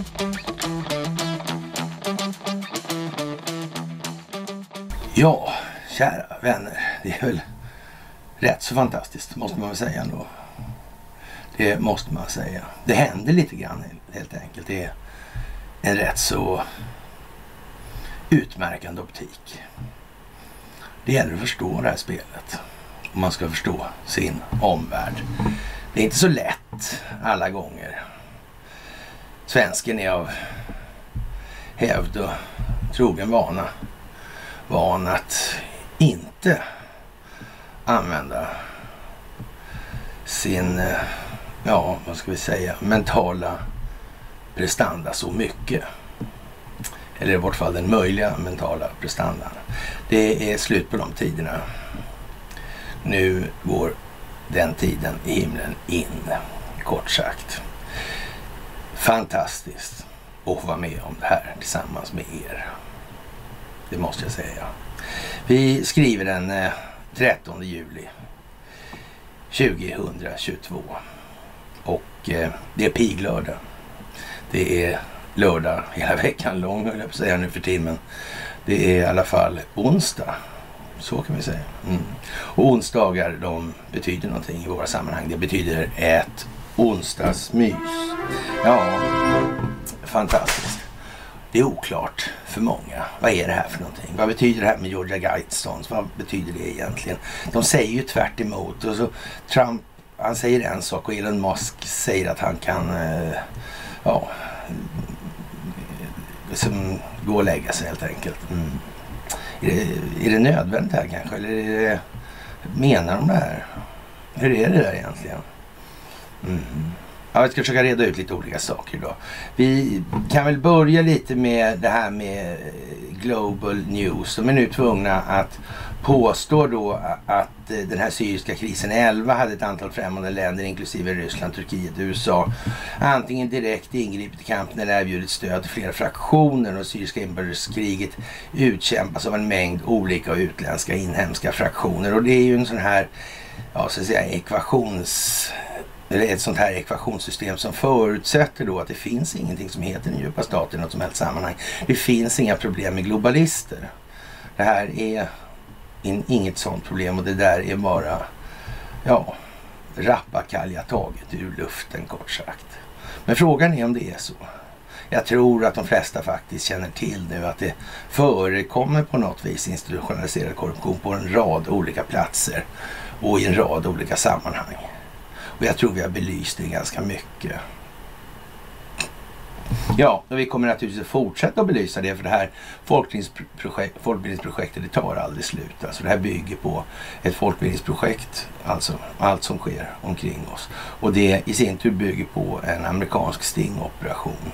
Ja, kära vänner, det är väl rätt så fantastiskt, måste man väl säga ändå. Det måste man säga. Det händer lite grann helt enkelt. Det är en rätt så utmärkande optik. Det gäller att förstå det här spelet. Om man ska förstå sin omvärld. Det är inte så lätt alla gånger. Svensken är av hävd och trogen van att inte använda sin, ja vad ska vi säga, mentala prestanda så mycket. Eller i vart fall den möjliga mentala prestandan. Det är slut på de tiderna. Nu går den tiden i himlen in, kort sagt. Fantastiskt att få vara med om det här tillsammans med er. Det måste jag säga. Vi skriver den 13 juli 2022. Och det är piglördag. Det är lördag hela veckan lång, höll jag på att säga nu för tiden. Det är i alla fall onsdag. Så kan vi säga. Och onsdagar, de betyder någonting i våra sammanhang. Det betyder ett onsdagsmys. Ja, fantastiskt. Det är oklart för många. Vad är det här för någonting? Vad betyder det här med Georgia Guidestones? Vad betyder det egentligen? De säger ju tvärt emot. Och så Trump, han säger en sak och Elon Musk säger att han kan liksom gå och lägga sig helt enkelt. Är det nödvändigt här kanske? Eller menar de det här? Hur är det där egentligen? Ja, jag ska försöka reda ut lite olika saker idag. Vi kan väl börja lite med det här med Global News. De är nu tvungna att påstå då att den här syriska krisen 11 hade ett antal främmande länder inklusive Ryssland, Turkiet och USA antingen direkt ingripit i kampen eller erbjudit stöd till flera fraktioner, och det syriska inbördeskriget utkämpas av en mängd olika och utländska inhemska fraktioner. Och det är ju en sån här, ja så att säga, ett sånt här ekvationssystem som förutsätter då att det finns ingenting som heter den djupa staten i något som helst sammanhang. Det finns inga problem med globalister. Det här är inget sånt problem, och det där är bara rappakalja taget ur luften, kort sagt. Men frågan är om det är så. Jag tror att de flesta faktiskt känner till nu att det förekommer på något vis institutionaliserad korruption på en rad olika platser och i en rad olika sammanhang. Och jag tror vi har belyst det ganska mycket. Ja, och vi kommer naturligtvis att fortsätta att belysa det, för det här folkbildningsprojektet det tar aldrig slut. Alltså det här bygger på ett folkbildningsprojekt, alltså allt som sker omkring oss. Och det i sin tur bygger på en amerikansk stingoperation.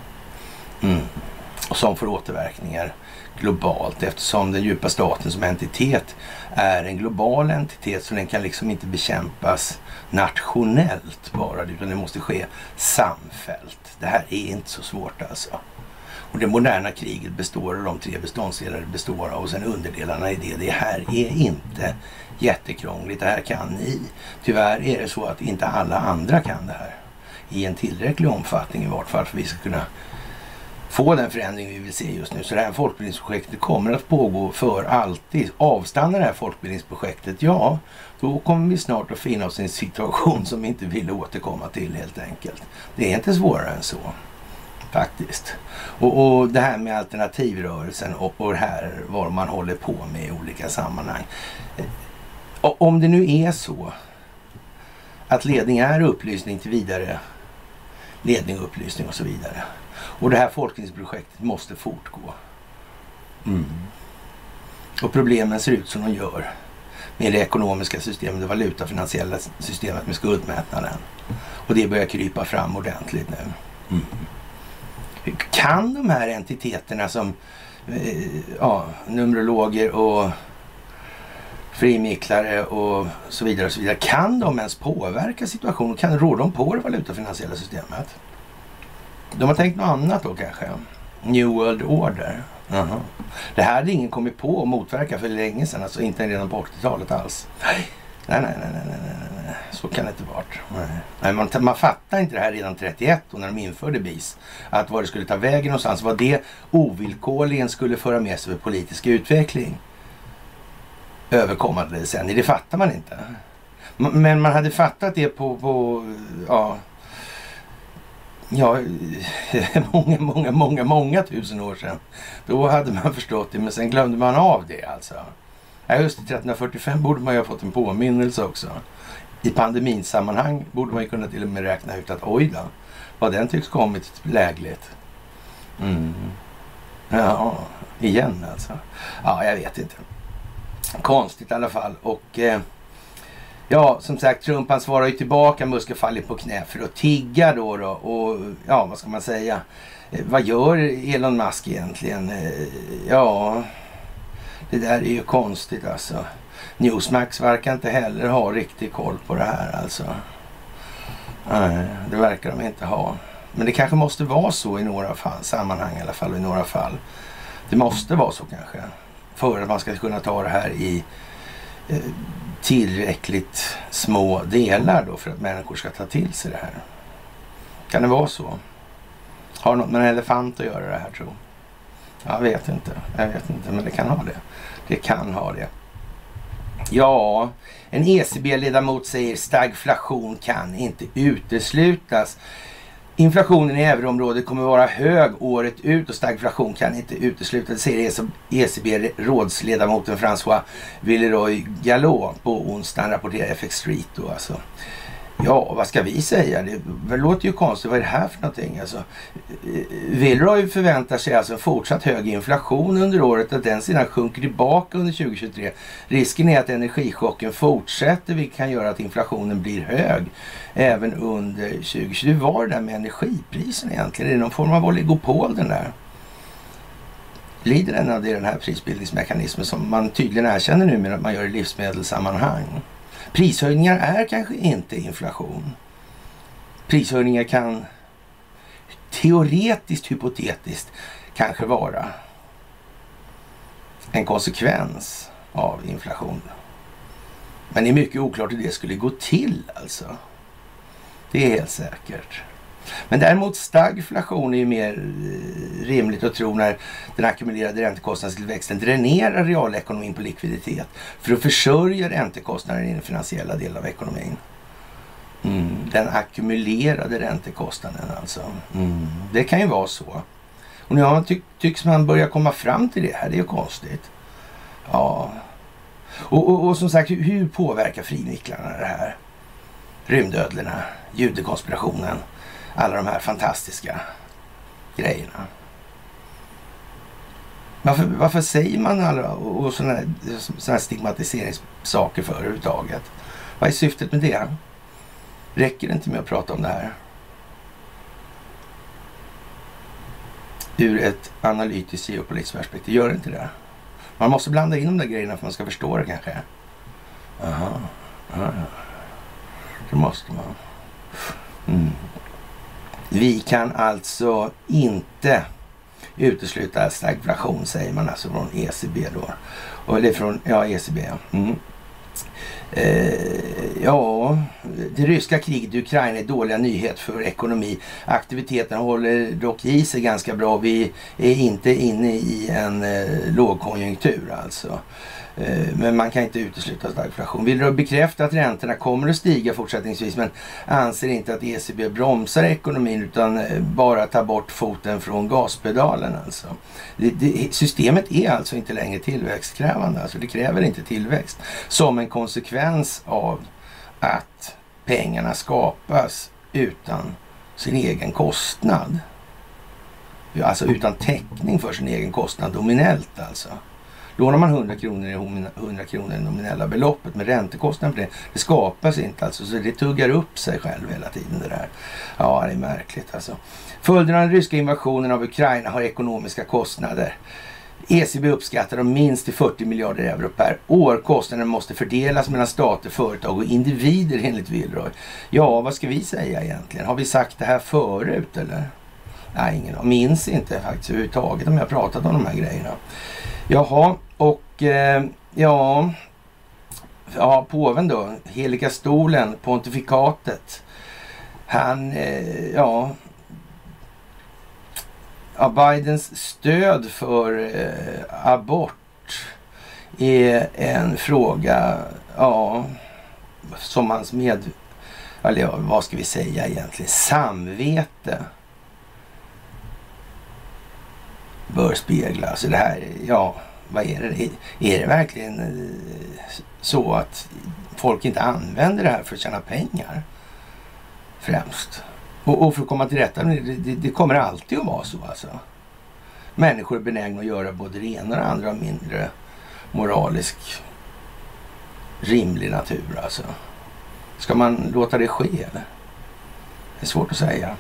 Och som får återverkningar globalt, eftersom den djupa staten som entitet är en global entitet, så den kan liksom inte bekämpas nationellt bara, utan det måste ske samfällt. Det här är inte så svårt alltså. Och det moderna kriget består av de 3 beståndsdelar det består av, och sen underdelarna i det. Det här är inte jättekrångligt. Det här kan ni. Tyvärr är det så att inte alla andra kan det här i en tillräcklig omfattning i vart fall för att vi ska kunna få den förändring vi vill se just nu. Så det här folkbildningsprojektet kommer att pågå för alltid. Avstannar det här folkbildningsprojektet, ja, då kommer vi snart att finna oss i en situation som vi inte vill återkomma till helt enkelt. Det är inte svårare än så, faktiskt. Och det här med alternativrörelsen och det här vad man håller på med i olika sammanhang. Om det nu är så att ledning är upplysning till vidare ledning och upplysning och så vidare. Och det här folkbildningsprojektet måste fortgå. Och problemen ser ut som de gör med det ekonomiska systemet, det valutafinansiella systemet med skuldmätnaden. Och det börjar krypa fram ordentligt nu. Kan de här entiteterna som numerologer och frimicklare och så vidare, kan de ens påverka situationen? Kan råda de på det valutafinansiella systemet? De har tänkt något annat då kanske. New World Order. Det här hade ingen kommit på att motverka för länge sedan. Alltså inte redan på 80-talet alls. Nej. så kan det inte vara. Nej, man fattar inte det här redan 31 och när de införde BIS. Att vad det skulle ta vägen någonstans, vad det ovillkorligen skulle föra med sig för politisk utveckling över kommande decennier. Det fattar man inte. Men man hade fattat det på många tusen år sedan. Då hade man förstått det, men sen glömde man av det alltså. Ja, just 1345 borde man ju ha fått en påminnelse också. I pandemisammanhang borde man ju kunna till och med räkna ut att oj då, vad den tycks kommit lägligt. Ja, igen alltså. Ja, jag vet inte. Konstigt i alla fall. Och ja, som sagt, Trump han svarar ju tillbaka, Musk har fallit på knä för att tigga då. Och ja, vad ska man säga? Vad gör Elon Musk egentligen? Ja, det där är ju konstigt alltså. Newsmax verkar inte heller ha riktigt koll på det här alltså. Nej, det verkar de inte ha. Men det kanske måste vara så i några sammanhang i alla fall, i några fall. Det måste vara så kanske. För att man ska kunna ta det här i tillräckligt små delar då för att människor ska ta till sig det här. Kan det vara så? Har det något med en elefant att göra det här, tror jag? Vet inte, men det kan ha det. Det kan ha det. Ja, en ECB-ledamot säger stagflation kan inte uteslutas. Inflationen i euroområdet kommer vara hög året ut och stagflation kan inte uteslutas, säger ECB-rådsledamoten François Villeroy-Gallo på onsdagen, rapporterar FX Street då alltså. Ja, vad ska vi säga? Det låter ju konstigt. Vad är det här för någonting? Alltså, Villeroy förväntar sig alltså en fortsatt hög inflation under året, att den sedan sjunker tillbaka under 2023. Risken är att energichocken fortsätter, vilket kan göra att inflationen blir hög även under 2020. Hur var det där med energiprisen egentligen? Är det någon form av oligopol den där? Lider den av den här prisbildningsmekanismen som man tydligen erkänner nu med att man gör i livsmedelssammanhang? Prishöjningar är kanske inte inflation. Prishöjningar kan teoretiskt, hypotetiskt kanske vara en konsekvens av inflation. Men det är mycket oklart hur det skulle gå till alltså. Det är helt säkert. Men däremot stagflation är ju mer rimligt att tro när den ackumulerade räntekostnadstillväxten dränerar realekonomin på likviditet för att försörja räntekostnader i den finansiella delen av ekonomin. Den ackumulerade räntekostnaden alltså. Det kan ju vara så. Och nu tycks man börja komma fram till det här. Det är ju konstigt. Ja. Och som sagt, hur påverkar frinycklarna det här? Rymdödlorna, judekonspirationen, alla de här fantastiska grejerna. Varför säger man alla och såna här stigmatiseringssaker för överhuvudtaget? Vad är syftet med det? Räcker det inte med att prata om det här? Ur ett analytiskt geopolitiskt perspektiv, gör det inte det? Man måste blanda in de där grejerna för att man ska förstå det kanske. Aha. Det måste man. Vi kan alltså inte utesluta stagflation, säger man alltså från ECB då. Eller från, ECB. Det ryska kriget i Ukraina är dåliga nyheter för ekonomi. Aktiviteten håller dock i sig ganska bra. Vi är inte inne i en lågkonjunktur alltså. Men man kan inte utesluta stagflation. Vill du bekräfta att räntorna kommer att stiga fortsättningsvis, men anser inte att ECB bromsar ekonomin utan bara tar bort foten från gaspedalen alltså. Systemet är alltså inte längre tillväxtkrävande, alltså det kräver inte tillväxt som en konsekvens av att pengarna skapas utan sin egen kostnad. Alltså utan täckning för sin egen kostnad nominellt alltså. Lånar man 100 kronor i nominella beloppet med räntekostnaden för det skapas inte alltså, så det tuggar upp sig själv hela tiden det där. Ja, det är märkligt alltså. Följderna av den ryska invasionen av Ukraina har ekonomiska kostnader. ECB uppskattar dem minst till 40 miljarder euro per år. Kostnaden måste fördelas mellan stater, företag och individer enligt Villeroy. Ja, vad ska vi säga egentligen? Har vi sagt det här förut eller? Nej, ingen minns inte faktiskt överhuvudtaget om jag pratat om de här grejerna. Jaha, och ja, påven då, heliga stolen, pontifikatet. Han, Bidens stöd för abort är en fråga, som hans vad ska vi säga egentligen, samvete bör spegla. Så det här, vad är det? Är det verkligen så att folk inte använder det här för att tjäna pengar främst? Och för att komma till rätta med det kommer alltid att vara så alltså. Människor är benägna att göra både det ena och det andra mindre moralisk rimlig natur alltså. Ska man låta det ske eller? Det är svårt att säga.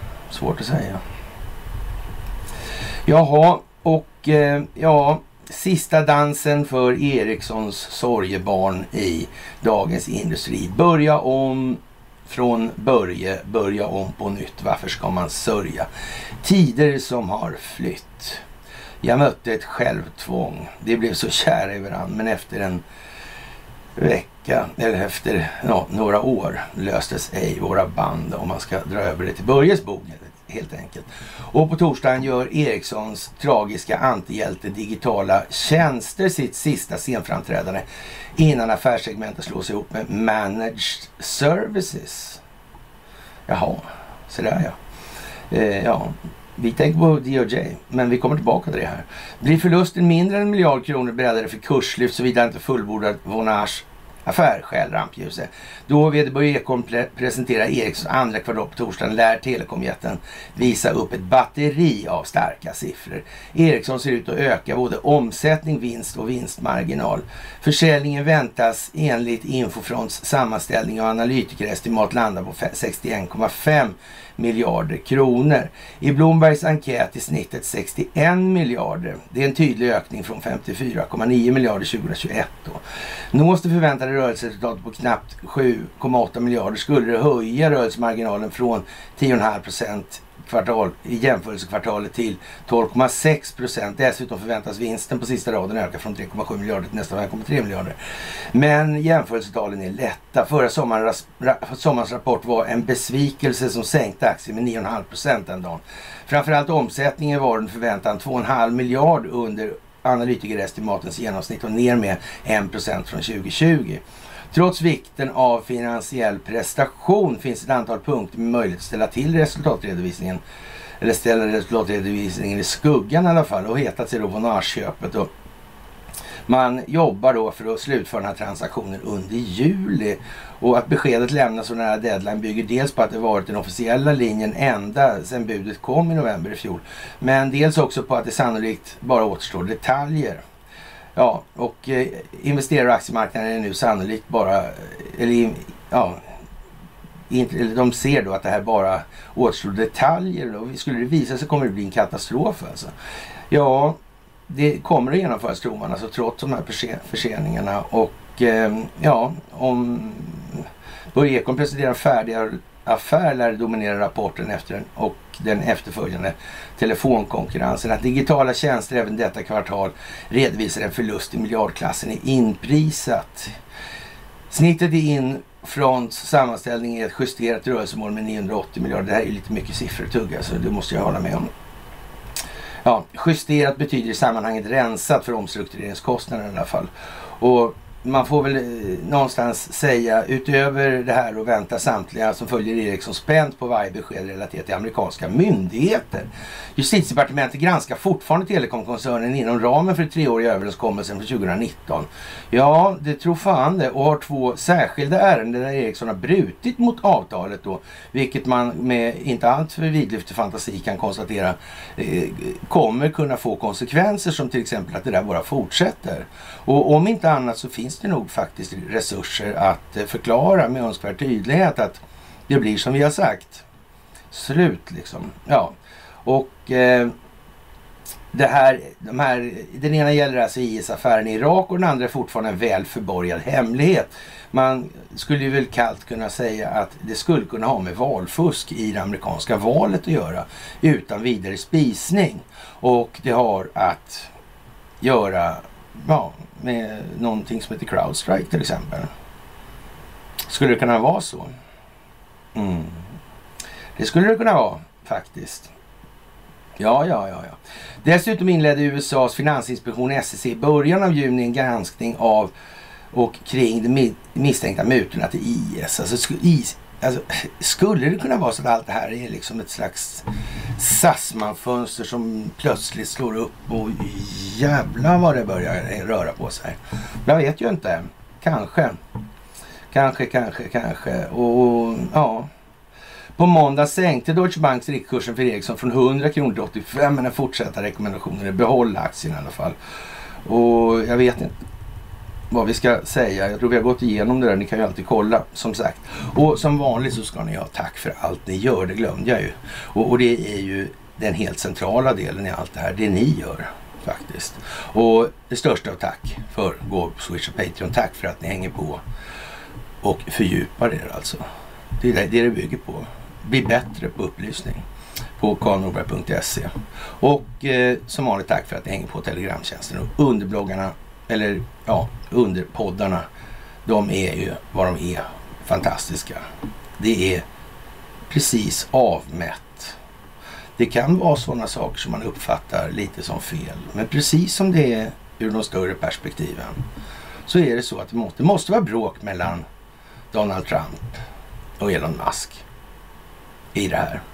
Jaha, och sista dansen för Ericssons sorgebarn i Dagens Industri. Börja om från börja om på nytt. Varför ska man sörja? Tider som har flytt. Jag mötte ett självtvång. Det blev så kära i varandra, men efter en vecka eller efter några år löstes ej våra band, om man ska dra över det till Börjes bok helt enkelt. Och på torsdagen gör Ericssons tragiska antihjälte Digitala Tjänster sitt sista scenframträdande innan affärssegmentet slås ihop med Managed Services. Jaha, så där vi tänker på DOJ, men vi kommer tillbaka till det här. Blir förlusten mindre än 1 miljard kronor beräddade för kurslyft såvida inte fullbordad Vonage affär skäl rampljuset. Då vd Börje Ekholm presenterar Ericssons andra kvartal på torsdagen lär telekomjätten visa upp ett batteri av starka siffror. Ericsson ser ut att öka både omsättning, vinst och vinstmarginal. Försäljningen väntas enligt Infofronts sammanställning och analytikerestimat landa på 61,5 miljarder kronor. I Bloombergs enkät i snittet 61 miljarder. Det är en tydlig ökning från 54,9 miljarder 2021 då. Nås det förväntade rörelseresultatet på knappt 7,8 miljarder skulle det höja rörelsemarginalen från 10,5% i jämförelsekvartalet till 12,6%. Dessutom förväntas vinsten på sista raden öka från 3,7 miljarder till nästan 1,3 miljarder. Men jämförelsetalen är lätta. Förra sommarens rapport var en besvikelse som sänkte aktier med 9,5% den dagen. Framförallt omsättningen var den förväntan 2,5 miljard under analytikerestimatens genomsnitt och ner med 1% från 2020. Trots vikten av finansiell prestation finns ett antal punkter med möjlighet att ställa till resultatredovisningen, eller ställa resultatredovisningen i skuggan i alla fall, och hetat sig då Vonage-köpet. Och man jobbar då för att slutföra den här transaktionen under juli, och att beskedet lämnas och den här deadline bygger dels på att det varit den officiella linjen ända sedan budet kom i november i fjol, men dels också på att det sannolikt bara återstår detaljer. Ja, och investerare och aktiemarknaden är nu sannolikt bara, de ser då att det här bara återstår detaljer. Och skulle det visa sig kommer det bli en katastrof alltså. Ja, det kommer att genomföras tror man alltså, trots de här förseningarna. Och om Börje Ekholm presenterar färdiga affär lär dominera rapporten efter och den efterföljande telefonkonkurrensen. Att digitala tjänster även detta kvartal redovisar en förlust i miljardklassen är inprisat. Snittet i Infronts sammanställning är ett justerat rörelsemål med 980 miljarder. Det här är lite mycket siffror tugga, så det måste jag hålla med om. Ja, justerat betyder i sammanhanget rensat för omstruktureringskostnader i alla fall. Och man får väl någonstans säga, utöver det här och vänta samtliga som följer Ericsson spänt på varje besked relaterat till amerikanska myndigheter. Justitiedepartementet granskar fortfarande telekomkoncernen inom ramen för det 3-åriga överenskommelsen för 2019. Ja, det tror fan det, och har 2 särskilda ärenden där Ericsson har brutit mot avtalet då, vilket man med inte allt för vidlyftig fantasi kan konstatera kommer kunna få konsekvenser, som till exempel att det där bara fortsätter. Och om inte annat så finns det nog faktiskt resurser att förklara med önskvärd tydlighet att det blir som vi har sagt. Slut liksom. Ja. Och den ena gäller alltså IS-affären i Irak och den andra är fortfarande en väl förborgad hemlighet. Man skulle ju väl kallt kunna säga att det skulle kunna ha med valfusk i det amerikanska valet att göra utan vidare spisning. Och det har att göra med någonting som heter CrowdStrike till exempel. Skulle det kunna vara så? Det skulle det kunna vara faktiskt. Ja. Dessutom inledde USAs finansinspektion SEC i början av juni en granskning av och kring de misstänkta mutorna till IS. Alltså, skulle det kunna vara så att allt det här är liksom ett slags Sassman-fönster som plötsligt slår upp och jävlar vad det börjar röra på sig. Jag vet ju inte. Kanske. Och ja. På måndag sänkte Deutsche Banks riktkursen för Ericsson från 100 kronor till 85, men den fortsatta rekommendationen är behålla aktien i alla fall. Och jag vet inte vad vi ska säga. Jag tror vi har gått igenom det där. Ni kan ju alltid kolla, som sagt. Och som vanligt så ska ni ha tack för allt ni gör. Det glömde jag ju. Och det är ju den helt centrala delen i allt det här. Det ni gör faktiskt. Och det största av tack för gå på Swish och Patreon. Tack för att ni hänger på och fördjupar er alltså. Det är det bygger på. Bli bättre på upplysning på karlnorberg.se. Och som vanligt tack för att ni hänger på Telegramtjänsten. Och underbloggarna, eller ja, underpoddarna, de är ju vad de är. Fantastiska. Det är precis avmätt. Det kan vara sådana saker som man uppfattar lite som fel. Men precis som det är ur de större perspektiven så är det så att det måste vara bråk mellan Donald Trump och Elon Musk i det här.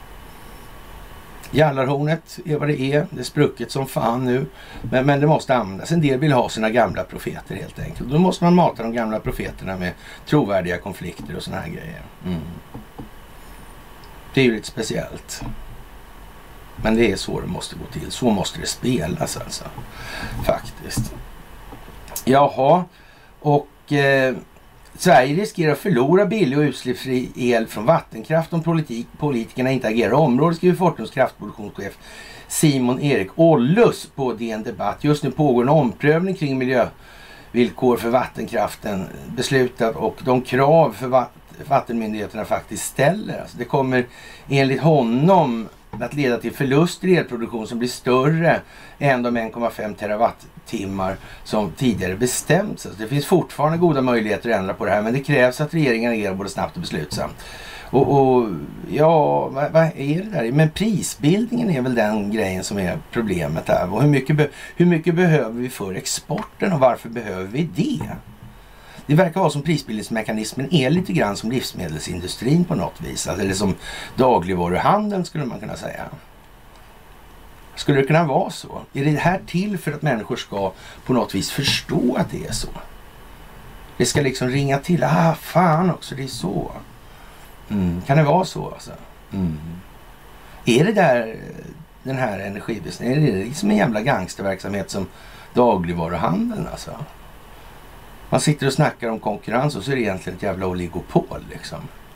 Jallarhornet är vad det är. Det är sprucket som fan nu. Men det måste användas. En del vill ha sina gamla profeter helt enkelt. Då måste man mata de gamla profeterna med trovärdiga konflikter och såna här grejer. Det är ju lite speciellt. Men det är så det måste gå till. Så måste det spelas alltså. Faktiskt. Jaha. Och Sverige riskerar att förlora billig och utsläppsfri el från vattenkraft om politikerna inte agerar området, skriver Fortums kraftproduktionschef Simon Erik Ollus på DN Debatt. Just nu pågår en omprövning kring miljövillkor för vattenkraften beslutat och de krav för vattenmyndigheterna faktiskt ställer. Alltså det kommer enligt honom att leda till förluster i elproduktion som blir större än de 1,5 terawattimmar som tidigare bestämts. Alltså det finns fortfarande goda möjligheter att ändra på det här, men det krävs att regeringen agerar både snabbt och beslutsamt. Och ja, vad är det där? Men prisbildningen är väl den grejen som är problemet här. Och hur mycket behöver vi för exporten och varför behöver vi det? Det verkar vara som prisbildningsmekanismen är lite grann som livsmedelsindustrin på något vis. Eller som dagligvaruhandeln skulle man kunna säga. Skulle det kunna vara så? Är det här till för att människor ska på något vis förstå att det är så? Det ska liksom ringa till. Fan också, det är så. Kan det vara så alltså? Är det där den här energibusinessen? Är det liksom en jävla gangsterverksamhet som dagligvaruhandeln alltså? Man sitter och snackar om konkurrens och så är det egentligen ett jävla oligopol liksom.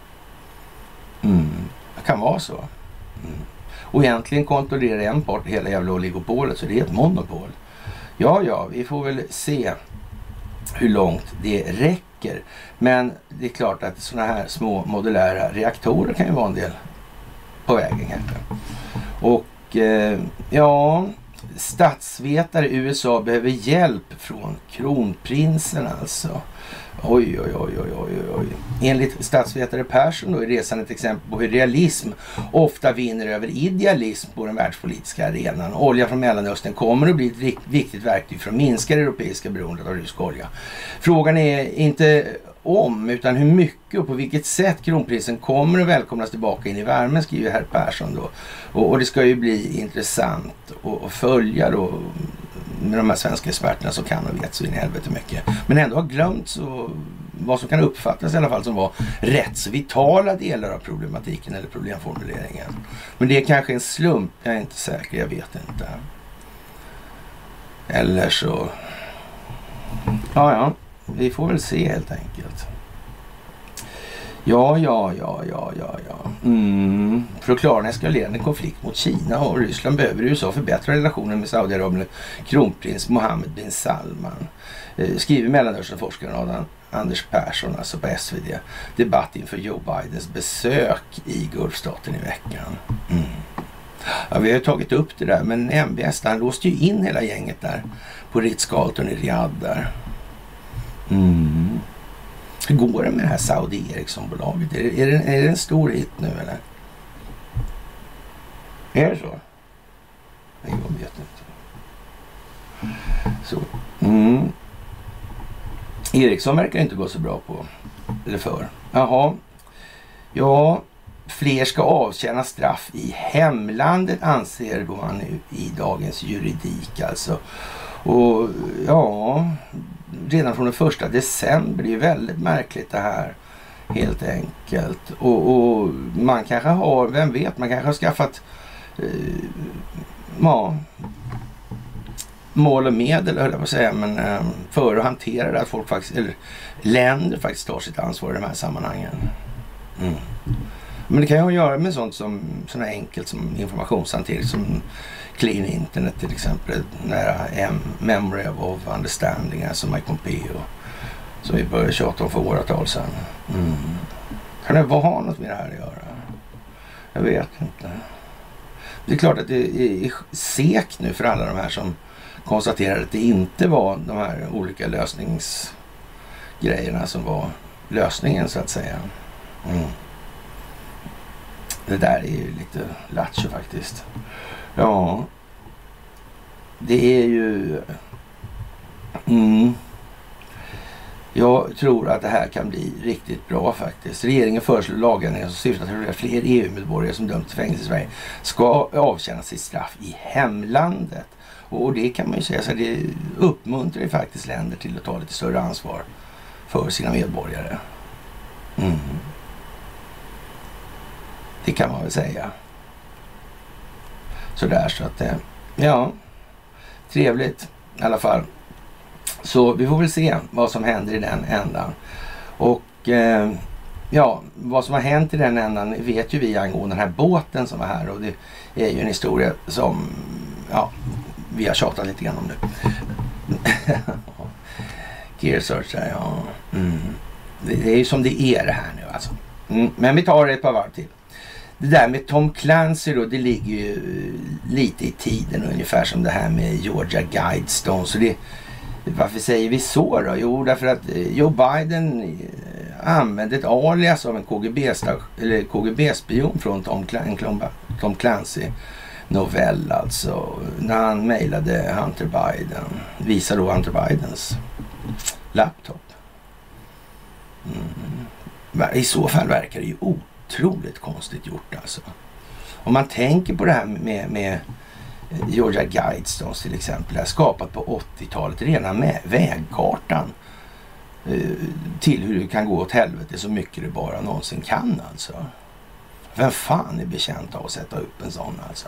Det kan vara så. Och egentligen kontrollerar en part hela jävla oligopolet, så det är ett monopol. Ja, vi får väl se hur långt det räcker. Men det är klart att sådana här små modulära reaktorer kan ju vara en del på vägen kanske. Och ja, statsvetare i USA behöver hjälp från kronprinsen alltså. Oj. Enligt statsvetare Persson då är resan ett exempel på hur realism ofta vinner över idealism på den världspolitiska arenan. Olja från Mellanöstern kommer att bli ett viktigt verktyg för att minska det europeiska beroendet av rysk olja. Frågan är inte om, utan hur mycket och på vilket sätt kronprinsen kommer att välkomnas tillbaka in i värmen, skriver herr Persson då. Och det ska ju bli intressant att följa då med de här svenska experterna som kan och vet så in i helvete mycket. Men ändå har glömt så vad som kan uppfattas i alla fall som var rätt så vitala delar av problematiken eller problemformuleringen. Men det är kanske en slump, jag är inte säker, jag vet inte. Eller så... Ja, vi får väl se helt enkelt. Ja. För att klara en eskalerande konflikt mot Kina och Ryssland behöver USA förbättra relationen med Saudiarabien kronprins Mohammed bin Salman. Skriver Mellanösternforskaren Anders Persson alltså på SvD. Debatt inför Joe Bidens besök i Gulfstaten i veckan. Ja, vi har ju tagit upp det där, men MBS han låste ju in hela gänget där på Ritz-Carlton i Riyadh där. Hur går det med det här Saudi Ericsson-bolaget? Är det en stor hit nu eller? Är det så? Nej, jag vet inte. Så. Ericsson verkar inte gå så bra på. Eller för. Jaha. Ja, fler ska avtjäna straff i hemlandet anser då man nu i dagens juridik alltså. Och ja, redan från den 1 december, det är ju väldigt märkligt det här. Helt enkelt. Och man kanske har, vem vet, man kanske har skaffat mål och medel, höll jag på att säga, men för att hantera det att folk faktiskt, eller länder faktiskt tar sitt ansvar i de här sammanhangen. Men det kan ju göra med sånt som sådana enkelt som informationshantering, som clean internet till exempel, nära memory of understanding, alltså Mike Pompeo, som vi började tjata om för åratal sedan. Kan det ha något med det här att göra? Jag vet inte. Det är klart att det är sekt nu för alla de här som konstaterar att det inte var de här olika lösningsgrejerna som var lösningen så att säga. Det där är ju lite lattjo faktiskt. Ja, det är ju... Jag tror att det här kan bli riktigt bra faktiskt. Regeringen föreslår lagändringar som syftar till att fler EU-medborgare som dömts till fängelse i Sverige ska avtjäna sitt straff i hemlandet. Och det kan man ju säga, så det uppmuntrar ju faktiskt länder till att ta lite större ansvar för sina medborgare. Det kan man väl säga. Sådär, så att ja, trevligt i alla fall. Så vi får väl se vad som händer i den ändan. Och ja, vad som har hänt i den ändan vet ju vi angående den här båten som var här. Och det är ju en historia som vi har tjatat lite grann om nu. Gear search där, ja. Det är ju som det är det här nu alltså. Men vi tar det ett par varv till. Det där med Tom Clancy då, det ligger ju lite i tiden ungefär som det här med Georgia Guidestone. Så det, varför säger vi så då? Jo, därför att Joe Biden använde ett alias av en KGB-spion från Tom Clancy novell alltså. När han mejlade Hunter Biden. Visar då Hunter Bidens laptop. I så fall verkar det ju otroligt konstigt gjort alltså. Om man tänker på det här med Georgia Guidestones till exempel, det är skapat på 80-talet, rena med vägkartan till hur det kan gå åt helvete så mycket det bara någonsin kan alltså. Vem fan är bekänt av att sätta upp en sån alltså?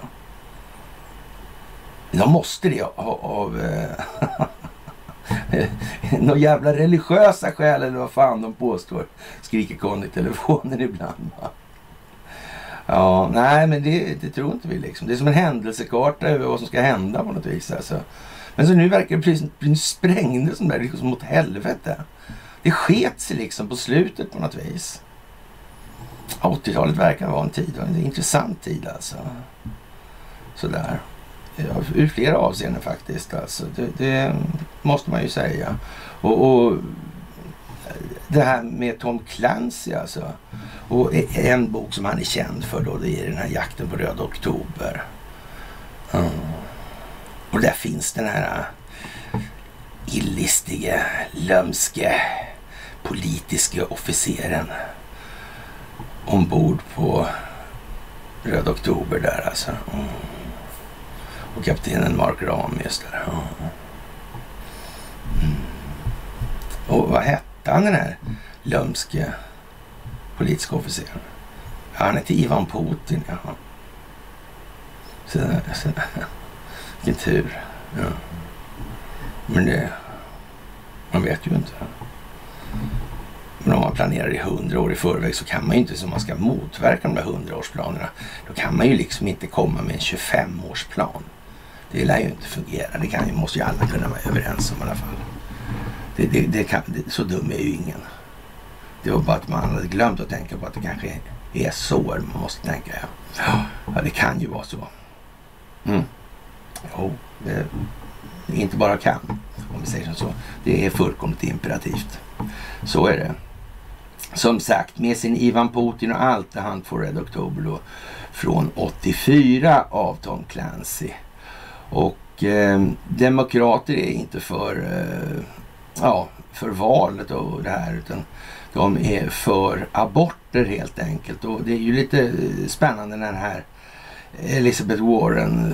De måste det av några jävla religiösa skäl eller vad fan de påstår, skriker Conny i telefonen ibland va? Ja, nej men det tror inte vi liksom. Det är som en händelsekarta över vad som ska hända på något vis alltså. Men så nu verkar det precis sprängde som där liksom mot helvete. Det sket sig liksom på slutet på något vis. 80-talet verkar vara en tid, en intressant tid alltså. Sådär. Ja, ur flera avseenden faktiskt alltså. Det måste man ju säga. Och det här med Tom Clancy alltså. Och en bok som han är känd för då, det är den här Jakten på Röda oktober. Och där finns den här illistige, lömske, politiska officeren ombord på Röda oktober där alltså. Och kaptenen Mark Ram just där. Och vad hette han den här lömske politiska officeren? Ja, han heter Ivan Putin, jaha. Så vilken tur. Ja. Men det, man vet ju inte. Men om man planerar i 100 år i förväg så kan man ju inte, som man ska motverka de där 100-årsplanerna, då kan man ju liksom inte komma med en 25-årsplan. Det lär ju inte fungera. Det måste ju alla kunna vara överens om i alla fall. Så dum är ju ingen. Det var bara att man hade glömt att tänka på att det kanske är så man måste tänka. Ja, det kan ju vara så. Jo, det inte bara kan, om vi säger så. Det är fullkomligt imperativt. Så är det. som sagt, med sin Ivan Putin och allt det han får Red October då från 84 av Tom Clancy. Och demokrater är inte för valet och det här, utan de är för aborter helt enkelt. Och det är ju lite spännande när den här Elizabeth Warren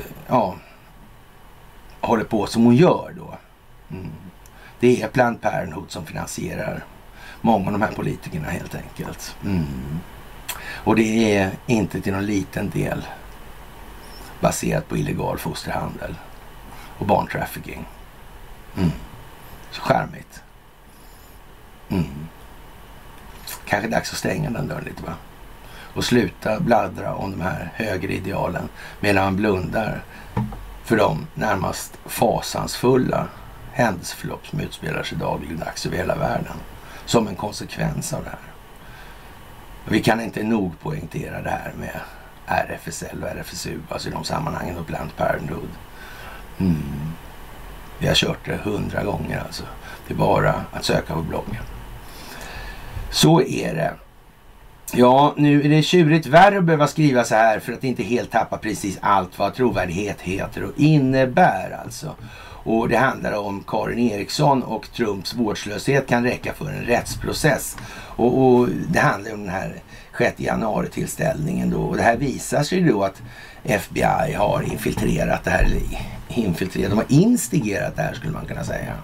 håller på som hon gör då. Det är Planned Parenthood som finansierar många av de här politikerna helt enkelt. Och det är inte till någon liten del baserat på illegal fosterhandel och barntrafficking. Så charmigt. Kanske dags att stänga den dörren lite, va? Och sluta bladdra om de här högre idealen medan man blundar för de närmast fasansfulla händelseförlopp som utspelar sig dagligdags över hela världen som en konsekvens av det här. Vi kan inte nog poängtera det här med RFSL och RFSU, alltså i de sammanhangen, och Planned Parenthood. Vi har kört det 100 gånger alltså. Det är bara att söka på bloggen. Så är det. Ja, nu är det tjurigt värre att behöva skriva så här för att inte helt tappa precis allt vad trovärdighet heter och innebär alltså. Och det handlar om Karin Eriksson och Trumps vårdslöshet kan räcka för en rättsprocess. Och det handlar om den här 6 januari-tillställningen då. Och det här visar sig då att FBI har infiltrerat det här, de har instigerat det här skulle man kunna säga.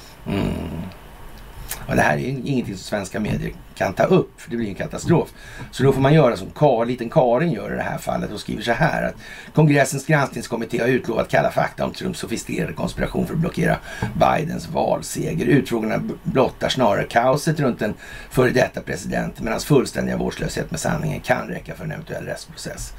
Och det här är ingenting som svenska medier kan ta upp, för det blir en katastrof. Så då får man göra som liten Karin gör i det här fallet och skriver så här att kongressens granskningskommitté har utlovat kalla fakta om Trumps sofistikerade konspiration för att blockera Bidens valseger. Utfrågningarna blottar snarare kaoset runt den före detta president, men hans fullständiga vårdslöshet med sanningen kan räcka för en eventuell rättsprocess.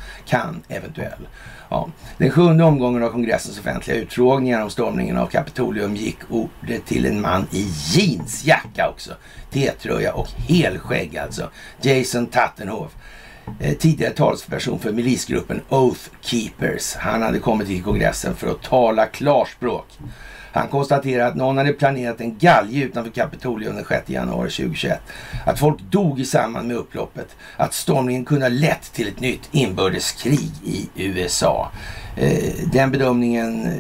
Ja. Den 7:e omgången av kongressens offentliga utfrågningar om stormningen av Kapitolium gick ordet till en man i jeansjacka också, T-tröja och helskägg alltså. Jason Tattenhoff, tidigare talesperson för milisgruppen Oath Keepers. Han hade kommit till kongressen för att tala klarspråk. Han konstaterar att någon hade planerat en galge utanför Kapitolium den 6 januari 2021. Att folk dog i samband med upploppet. Att stormningen kunde ha lett till ett nytt inbördeskrig i USA. Den bedömningen,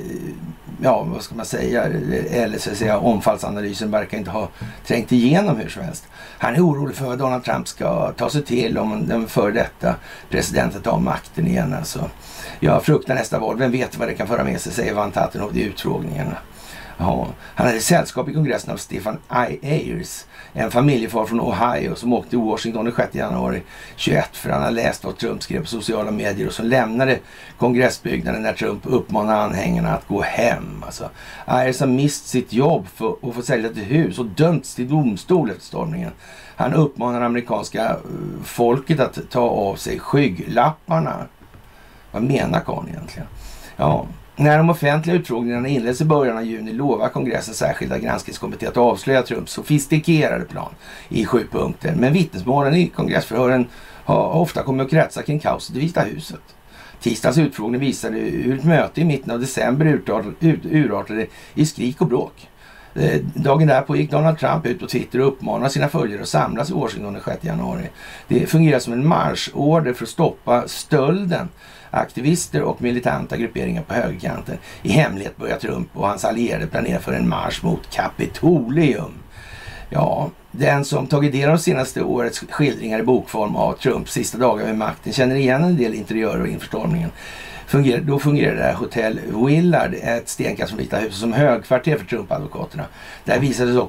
vad ska man säga, eller så att säga omfallsanalysen verkar inte ha trängt igenom hur som helst. Han är orolig för vad Donald Trump ska ta sig till om den före detta presidenten tar makten igen. Alltså. Jag fruktar nästa val. Vem vet vad det kan föra med sig, säger Van Tattenhoff i utfrågningen. Ja. Han hade sällskap i kongressen av Stefan Ayers, en familjefar från Ohio som åkte till Washington den 6 januari 21 för han hade läst vad Trump skrev på sociala medier och som lämnade kongressbyggnaden när Trump uppmanade anhängarna att gå hem. Alltså, Ayers har mist sitt jobb för att få sälja ett hus och dömts till domstol efter stormningen. Han uppmanar amerikanska folket att ta av sig skygglapparna. Vad menar Karl egentligen? Ja. När de offentliga utfrågningarna inleds i början av juni lovar kongressens särskilda granskningskommitté att avslöja Trumps sofistikerade plan i 7 punkter. Men vittnesmålen i kongressförhören har ofta kommit att kretsa kring kaoset i Vita huset. Tisdagens utfrågning visade hur ett möte i mitten av december urartade i skrik och bråk. Dagen därpå gick Donald Trump ut på Twitter och uppmanade sina följare att samlas i Washington den 6 januari. Det fungerar som en marschorder för att stoppa stölden. Aktivister och militanta grupperingar på högerkanten. I hemlighet börjar Trump och hans allierade planera för en marsch mot Kapitolium. Ja, den som tagit del av de senaste årets skildringar i bokform av Trumps sista dagar vid makten känner igen en del interiörer inför stormningen. Då fungerar det här Hotel Willard, ett stenkast från Vita huset, som högkvarter för Trump-advokaterna. Där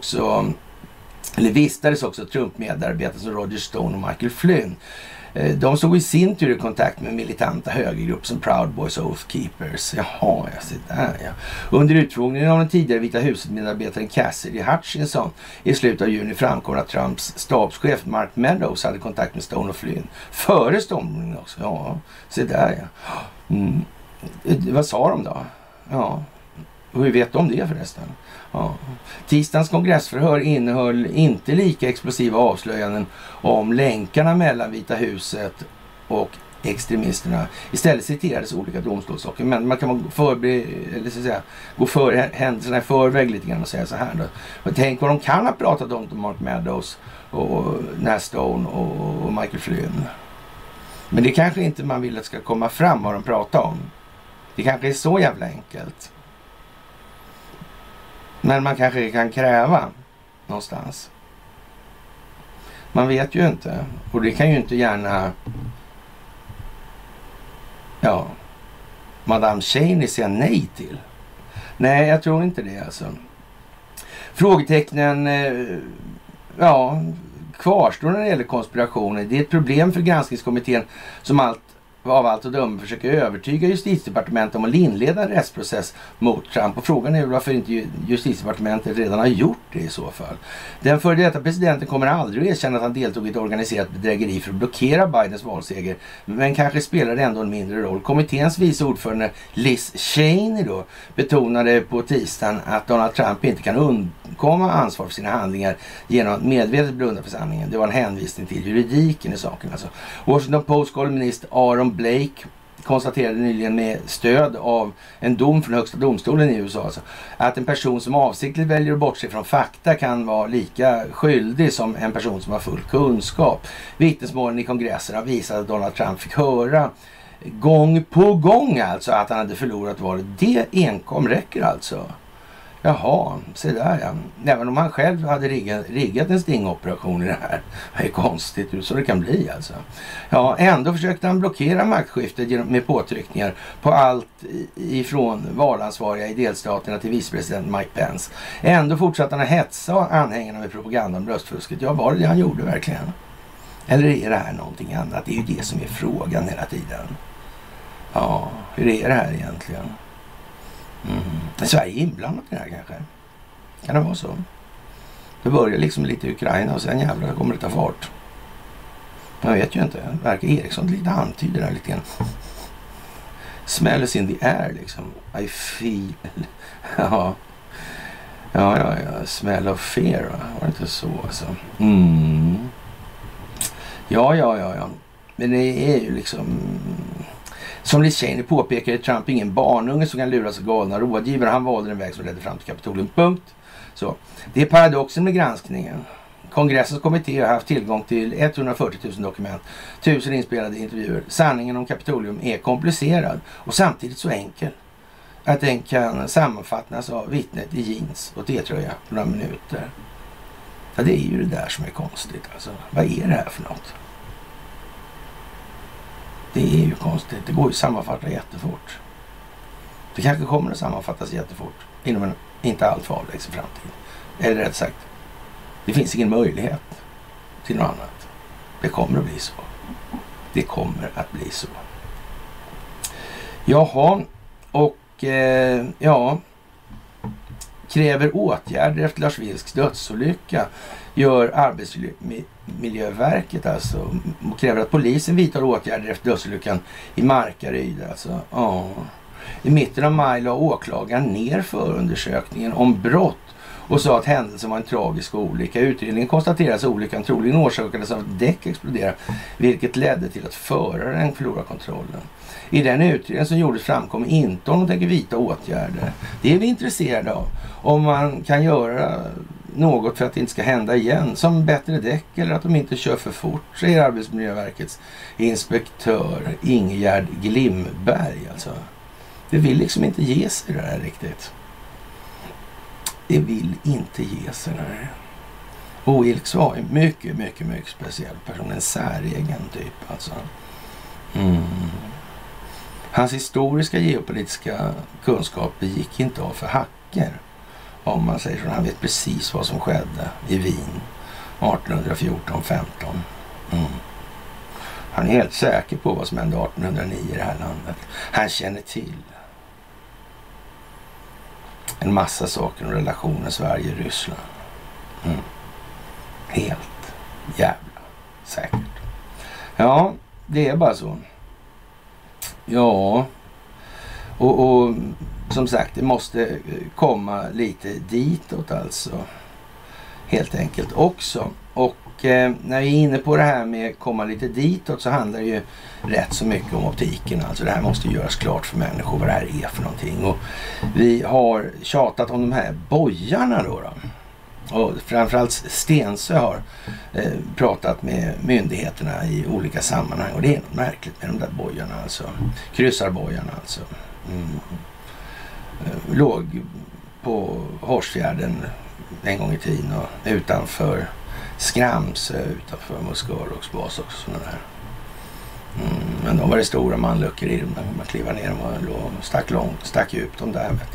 vistades också Trump-medarbetare som Roger Stone och Michael Flynn. De stod i sin tur i kontakt med militanta högergrupper som Proud Boys och Oath Keepers. Jaha, jag ser där, ja. Under utfrågningen av den tidigare Vita huset-medarbetaren Cassidy Hutchinson i slutet av juni framkom att Trumps stabschef Mark Meadows hade kontakt med Stone och Flynn. Före stormningen också. Ja, se där, ja. Vad sa de då? Ja, och hur vet de det förresten? Ja. Tisdagens kongressförhör innehöll inte lika explosiva avslöjanden om länkarna mellan Vita huset och extremisterna. Istället citerades olika domstolssaker, men man kan gå för händelserna i förväg lite grann och säga så här då. Och tänk vad de kan ha pratat om Mark Meadows och Nas Stone och Michael Flynn. Men det kanske inte man vill att ska komma fram vad de pratar om. Det kanske är så jävla enkelt. Men man kanske kan kräva någonstans. Man vet ju inte. Och det kan ju inte gärna Madame Cheney säga nej till. Nej, jag tror inte det alltså. Frågetecknen kvarstår när det gäller konspirationer. Det är ett problem för granskningskommittén som av allt att döma försöker övertyga justitiedepartementet om att inleda en rättsprocess mot Trump. Och frågan är varför inte justitiedepartementet redan har gjort det i så fall. Den före detta presidenten kommer aldrig att erkänna att han deltog i ett organiserat bedrägeri för att blockera Bidens valseger. Men kanske spelar det ändå en mindre roll. Kommitténs vice ordförande Liz Cheney då betonade på tisdagen att Donald Trump inte kan undkomma ansvar för sina handlingar genom att medvetet blunda för sanningen. Det var en hänvisning till juridiken i saken alltså. Washington Post kolumnist Aaron Blake konstaterade nyligen med stöd av en dom från högsta domstolen i USA alltså, att en person som avsiktligt väljer att bortse från fakta kan vara lika skyldig som en person som har full kunskap. Vittnesmålen i kongressen har visat att Donald Trump fick höra gång på gång alltså att han hade förlorat valet. Det enkom räcker alltså. Jaha, se där ja. Även om han själv hade riggat en stingoperation i det här. Det är konstigt så det kan bli alltså. Ja, ändå försökte han blockera maktskiftet med påtryckningar på allt ifrån valansvariga i delstaterna till vicepresident Mike Pence. Ändå fortsatte han att hetsa anhängarna med propaganda om röstfusket. Ja, var det han gjorde verkligen? Eller är det här någonting annat? Det är ju det som är frågan hela tiden. Ja, hur är det här egentligen? Sverige är inblandat i det här kanske. Kan det vara så? Det börjar liksom lite i Ukraina och sen jävlar kommer det ta fart. Jag vet ju inte. Verkar Eriksson lite antyder där lite grann. Smells in the air liksom. I feel. Ja. Smell of fear. Var det inte så alltså? Ja. Men det är ju liksom... Som Liz Cheney påpekar är Trump ingen barnunge som kan luras av galna rådgivare. Han valde en väg som ledde fram till Kapitolium. Punkt. Så. Det är paradoxen med granskningen. Kongressens kommitté har haft tillgång till 140 000 dokument, 1000 inspelade intervjuer. Sanningen om Kapitolium är komplicerad och samtidigt så enkel att den kan sammanfattas av vittnet i jeans och t-tröja på några minuter. Ja, det är ju det där som är konstigt. Alltså. Vad är det här för något? Det är ju konstigt. Det går ju att sammanfatta jättefort. Det kanske kommer att sammanfattas jättefort inom en inte alltför avlägsen framtid. Eller rätt sagt, det finns ingen möjlighet till något annat. Det kommer att bli så. Det kommer att bli så. Jaha, och kräver åtgärder efter Lars Vilks dödsolycka gör Arbetsmiljöverket alltså, och kräver att polisen vidtar åtgärder efter dödsolyckan i Markaryd alltså. I mitten av maj la åklagaren ner förundersökningen om brott och sa att händelsen var en tragisk olycka. Utredningen konstaterade att olyckan troligen orsakades av att däck exploderade, vilket ledde till att föraren förlorade kontrollen. I den utredningen som gjordes framkom inte om de tänker vidta åtgärder. Det är vi intresserade av. Om man kan göra något för att det inte ska hända igen, som bättre däck eller att de inte kör för fort, säger Arbetsmiljöverkets inspektör Ingegärd Glimberg. Alltså. Det vill liksom inte ge sig det här riktigt. Det vill inte ge sig det här. Och Wilks var en mycket speciell person. En säregen typ alltså. Hans historiska geopolitiska kunskaper gick inte av för hacker. Om man säger så. Han vet precis vad som skedde i Wien 1814-15. Han är helt säker på vad som hände 1809 i det här landet. Han känner till en massa saker om relationen Sverige-Ryssland. Helt jävla säkert. Ja, det är bara så. Ja, och som sagt, det måste komma lite ditåt alltså. Helt enkelt också. Och när vi är inne på det här med komma lite ditåt så handlar det ju rätt så mycket om optiken. Alltså det här måste göras klart för människor vad det här är för någonting. Och vi har tjatat om de här bojarna då. Och framförallt Stensö har pratat med myndigheterna i olika sammanhang. Och det är något märkligt med de där bojarna alltså. Kryssarbojarna alltså. Låg på Horsfjärden en gång i tiden och utanför Skramsö, utanför Musköråks bas och sådana där. Men då var det stora manluckor i dem när man kliva ner och stack djupt de där, vet du.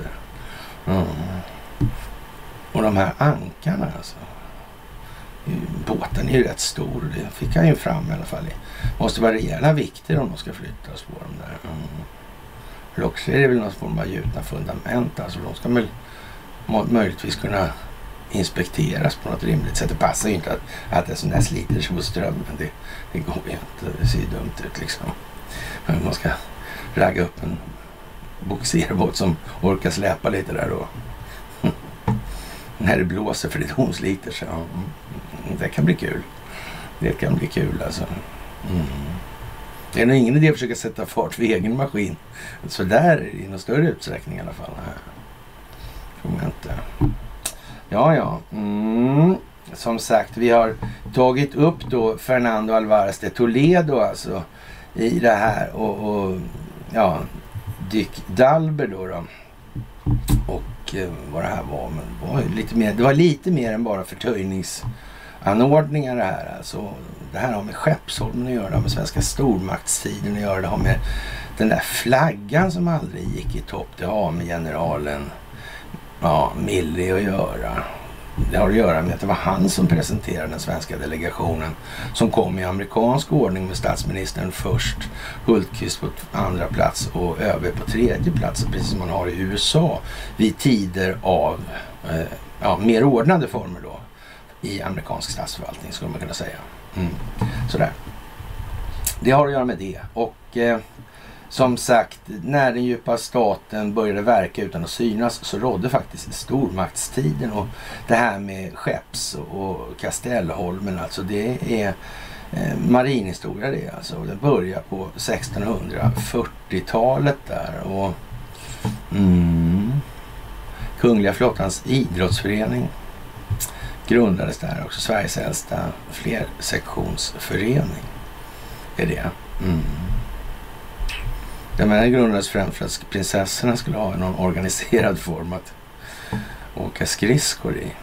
Och de här ankarna alltså. Båten är ju rätt stor, det fick han ju fram i alla fall. Måste vara rejäla vikter om de ska flyttas på de där. Eller också är det väl någon form av gjutna fundament, alltså de ska väl möjligtvis kunna inspekteras på något rimligt sätt. Det passar ju inte att en sån här sliter sig på strömmen. Det går ju inte. Det ser ju dumt ut liksom. Men man ska ragga upp en boxerbåt som orkar släpa lite där då. När det blåser för det hon sliter sig. Det kan bli kul. Det kan bli kul alltså. Det är nog ingen idé att försöka sätta fart för egen maskin. Så där i någon större utsträckning i alla fall. Tror jag inte. Ja. Som sagt, vi har tagit upp då Fernando Alvarez de Toledo alltså i det här och Dick Dalber då. Och vad det här var, men det var lite mer än bara förtöjningsanordningar det här alltså. Det här har med Skeppsholmen att göra, det har med svenska stormaktstiden att göra, det har med den där flaggan som aldrig gick i topp, det har med generalen Milley att göra. Det har att göra med att det var han som presenterade den svenska delegationen som kom i amerikansk ordning med statsministern först, Hultqvist på andra plats och ÖB på tredje plats, precis som man har i USA vid tider av mer ordnade former då i amerikansk statsförvaltning skulle man kunna säga. Sådär. Det har att göra med det och som sagt, när den djupa staten började verka utan att synas så rådde faktiskt stormaktstiden och det här med Skepps och Kastellholmen, alltså det är marinhistoria det alltså. Det börjar på 1640-talet där och Kungliga flottans idrottsförening grundades där också, Sveriges äldsta flersektionsförening är det. Den här grundades främst för att prinsessorna skulle ha någon organiserad form att åka skridskor i.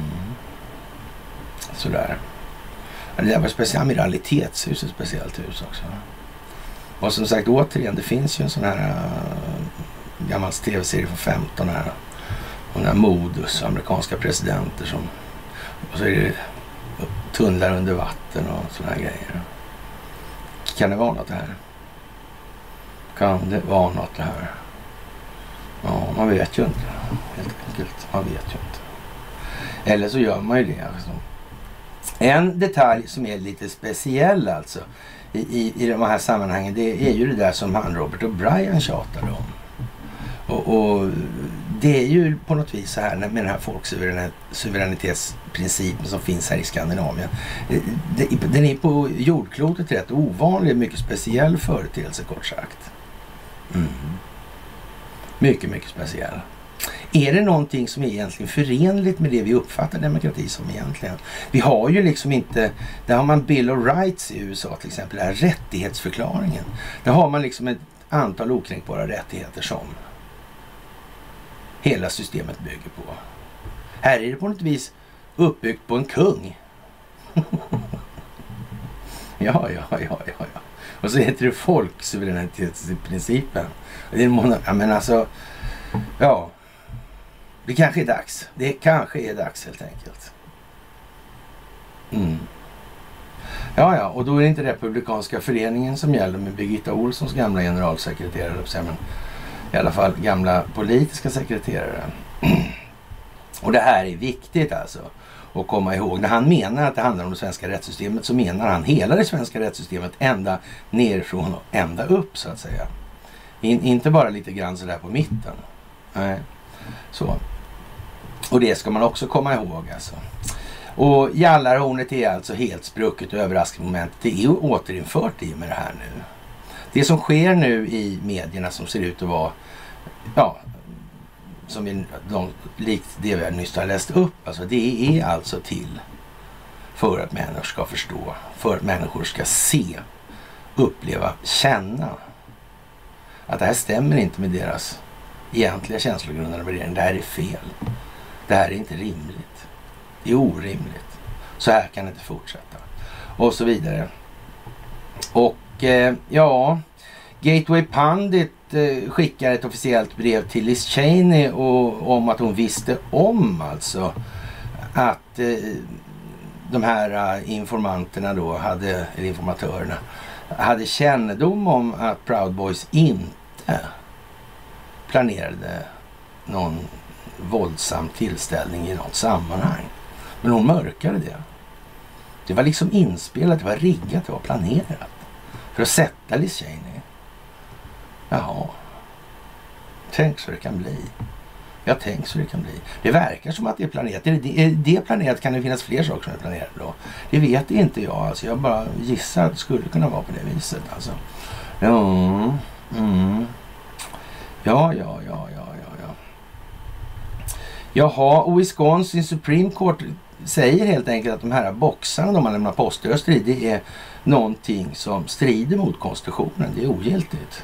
Sådär. Det där var speciellt amiralitetshus, ett speciellt hus också. Och som sagt, återigen, det finns ju en sån här gammal tv-serie från 15 här. Och den här Modus, amerikanska presidenter som... Och så är det tunnlar under vatten och såna här grejer. Kan det vara något här? Kan det vara något det här? Ja, man vet ju inte. Helt enkelt, man vet ju inte. Eller så gör man ju det. Alltså. En detalj som är lite speciell alltså i de här sammanhangen, det är ju det där som han Robert O'Brien tjatade om. Och det är ju på något vis så här med den här folksuveränitetsprincipen som finns här i Skandinavien. Den är på jordklotet rätt ovanlig, mycket speciell företeelse kort sagt. Mycket, mycket speciell. Är det någonting som är egentligen förenligt med det vi uppfattar demokrati som egentligen? Vi har ju liksom inte, där har man Bill of Rights i USA till exempel, den här rättighetsförklaringen. Där har man liksom ett antal okränkbara rättigheter som hela systemet bygger på. Här är det på något vis uppbyggt på en kung. Ja. Och så heter det folksuveränitetsprincipen. Men alltså, ja. Det kanske är dags. Det kanske är dags helt enkelt. Ja, och då är det inte Republikanska föreningen som gäller med Birgitta Olssons gamla generalsekreterare, men i alla fall gamla politiska sekreterare. Och det här är viktigt alltså att komma ihåg. När han menar att det handlar om det svenska rättssystemet så menar han hela det svenska rättssystemet ända nerifrån och ända upp så att säga. Inte bara lite grann så där på mitten. Nej. Så. Och det ska man också komma ihåg alltså. Och Jallarhornet är alltså helt sprucket och överraskningsmomentet. Det är återinfört i med det här nu. Det som sker nu i medierna som ser ut att vara, ja, som likt det vi nyss har läst upp, alltså det är alltså till för att människor ska förstå, för att människor ska se, uppleva, känna att det här stämmer inte med deras egentliga känslogrundande värdering. Det här är fel. Det här är inte rimligt. Det är orimligt. Så här kan det inte fortsätta. Och så vidare. Och ja, Gateway Pundit skickar ett officiellt brev till Liz Cheney om att hon visste om alltså att de här informanterna då eller informatörerna hade kännedom om att Proud Boys inte planerade någon våldsam tillställning i något sammanhang. Men hon mörkade det. Det var liksom inspelat, det var riggat, det var planerat. För att sätta Liz Cheney. Jaha. Tänk så det kan bli. Ja, tänk så det kan bli. Det verkar som att det är planerat. Är det planerat, kan det finnas fler saker som är planerade då? Det vet inte jag. Alltså, jag bara gissar att det skulle kunna vara på det viset. Alltså. Ja. Jaha, och Wisconsin Supreme Court säger helt enkelt att de här boxarna de har lämnat poströster i, det är någonting som strider mot konstitutionen. Det är ogiltigt.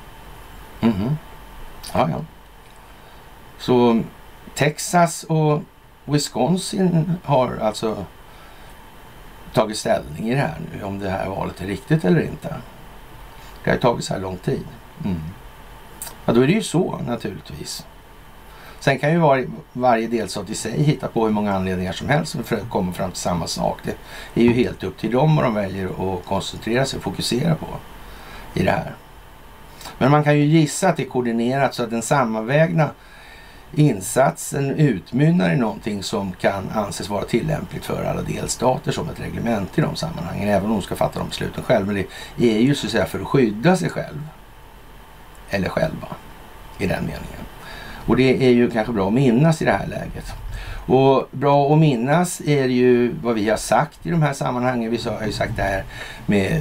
Ja. Så Texas och Wisconsin har alltså tagit ställning i det här nu, om det här valet är riktigt eller inte. Det har tagit så här lång tid. Ja, då är det ju så naturligtvis. Sen kan ju varje delstat i sig hitta på hur många anledningar som helst för att komma fram till samma sak. Det är ju helt upp till dem vad de väljer att koncentrera sig och fokusera på i det här. Men man kan ju gissa att det är koordinerat så att den sammanvägna insatsen utmynnar i någonting som kan anses vara tillämpligt för alla delstater som ett reglement i de sammanhangen, även om de ska fatta de besluten själv. Men det är ju så att säga för att skydda sig själv eller själva i den meningen. Och det är ju kanske bra att minnas i det här läget. Och bra att minnas är ju vad vi har sagt i de här sammanhangen. Vi har ju sagt det här med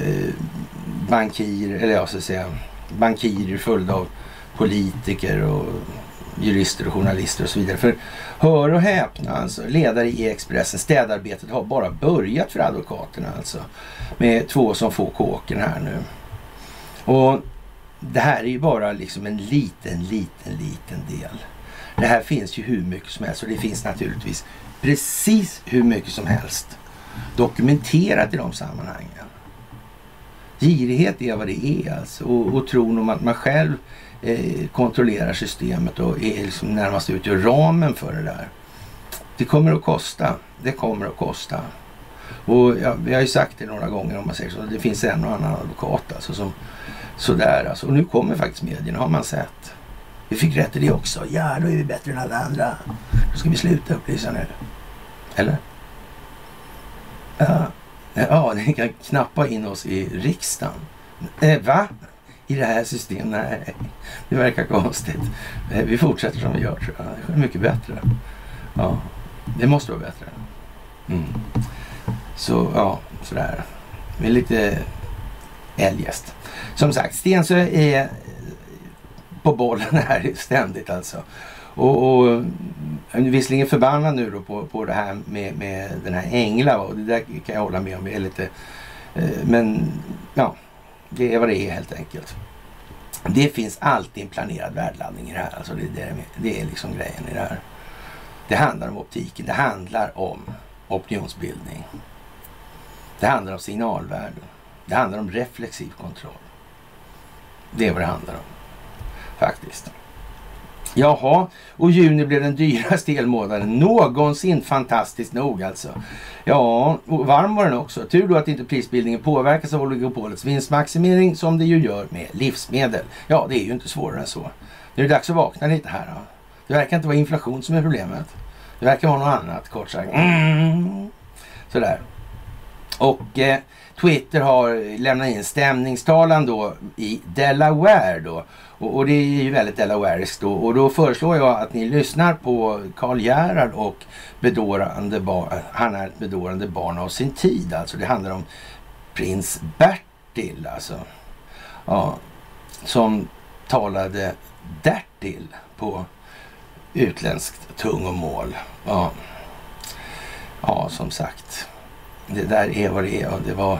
bankirer följda av politiker och jurister och journalister och så vidare. För hör och häpna alltså, ledare i Expressen, städarbetet har bara börjat för advokaterna alltså. Med 2 som får kåken här nu. Och det här är ju bara liksom en liten del. Det här finns ju hur mycket som helst och det finns naturligtvis precis hur mycket som helst dokumenterat i de sammanhangen. Girighet är vad det är alltså och tron om att man själv kontrollerar systemet och är liksom närmast utgör ramen för det där. Det kommer att kosta. Och ja, vi har ju sagt det några gånger om man säger så. Det finns en och annan advokat alltså som sådär alltså. Och nu kommer faktiskt medierna, har man sett. Vi fick rätt i det också. Ja, då är vi bättre än alla andra. Då ska vi sluta upplysa nu. Eller? Ja, ni kan knappa in oss i riksdagen. Va? I det här systemet? Nej, det verkar konstigt. Vi fortsätter som vi gör, tror jag. Det är mycket bättre. Ja, det måste vara bättre. Så, ja, sådär. Vi är lite eljest. Som sagt, Stensö är på bollen här ständigt alltså. Och visserligen förbannad nu då på det här med den här Engla. Och det där kan jag hålla med om. Det är lite, men ja, det är vad det är helt enkelt. Det finns alltid en planerad värdeladdning i det här. Alltså det är liksom grejen i det här. Det handlar om optiken. Det handlar om opinionsbildning. Det handlar om signalvärden. Det handlar om reflexiv kontroll. Det är vad det handlar om. Faktiskt. Jaha, och juni blev den dyraste elmånaden någonsin, fantastiskt nog alltså. Ja, och varm var den också. Tur då att inte prisbildningen påverkas av oligopolets vinstmaximering som det ju gör med livsmedel. Ja, det är ju inte svårare än så. Nu är det dags att vakna lite här då. Det verkar inte vara inflation som är problemet. Det verkar vara något annat, kort sagt. Sådär. Och Twitter har lämnat in stämningstalan då i Delaware då. Och det är ju väldigt Delawareskt då. Och då föreslår jag att ni lyssnar på Karl Gerhard och bedårande barn. Han är ett bedårande barn av sin tid. Alltså det handlar om prins Bertil alltså. Ja, som talade därtill på utländskt tungomål. Ja, ja som sagt. Det där är vad det är och det var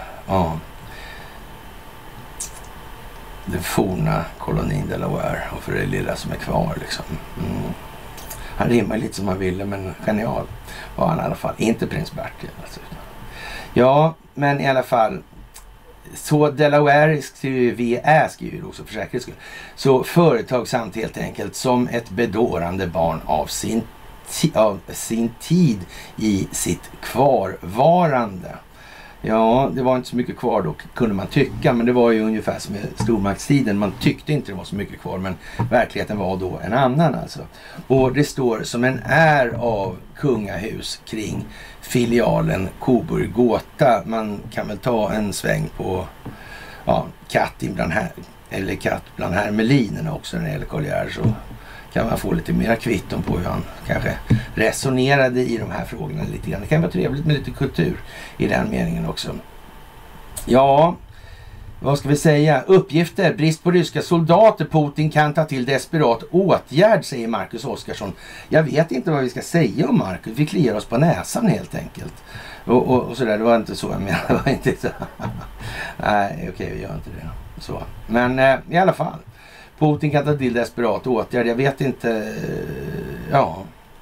den forna kolonin Delaware och för det lilla som är kvar liksom. Han rimmar lite som han ville men genial var han i alla fall. Inte prins Bertil alltså. Ja, men i alla fall så Delawareskt vi är skriver också för säkerhets skull. Så företagsamt helt enkelt som ett bedårande barn av sin tid i sitt kvarvarande. Ja, det var inte så mycket kvar då kunde man tycka, men det var ju ungefär som med stormaktstiden. Man tyckte inte det var så mycket kvar, men verkligheten var då en annan alltså. Och det står som en är av kungahus kring filialen Coburg Gåta. Man kan väl ta en sväng på katt bland hermelinerna också när det gäller Karl Gerhard, så kan man få lite mera kvitton på hur han kanske resonerade i de här frågorna lite grann. Det kan vara trevligt med lite kultur i den meningen också. Ja, vad ska vi säga? Uppgifter, brist på ryska soldater, Putin kan ta till desperat åtgärd, säger Marcus Oskarsson. Jag vet inte vad vi ska säga om Marcus, vi kliar oss på näsan helt enkelt. Och sådär, det var inte så jag menade, det var inte så. Nej, okej, vi gör inte det. Så. Men i alla fall. Putin kan ta till desperat åtgärd. Jag vet inte. Ja.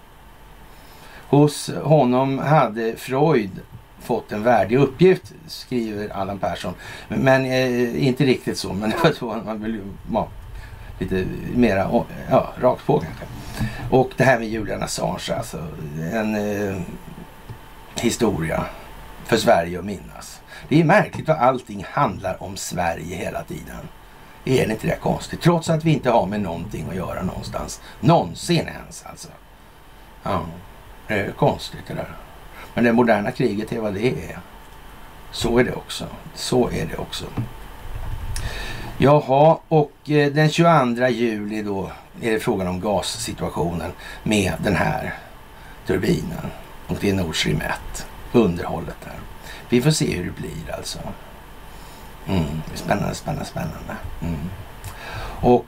Hos honom hade Freud fått en värdig uppgift, skriver Allan Persson. Men inte riktigt så. Men det var så man vill ju lite mera rakt på kanske. Och det här med Julian Assange, alltså en historia för Sverige att minnas. Det är märkligt vad allting handlar om Sverige hela tiden. Är det inte det konstigt? Trots att vi inte har med någonting att göra någonstans. Någonsin ens alltså. Ja, det är konstigt det där. Men det moderna kriget är vad det är. Så är det också. Så är det också. Jaha, och den 22 juli då är det frågan om gassituationen med den här turbinen. Och det är Nord Stream 1. Underhållet där. Vi får se hur det blir alltså. Spännande. Och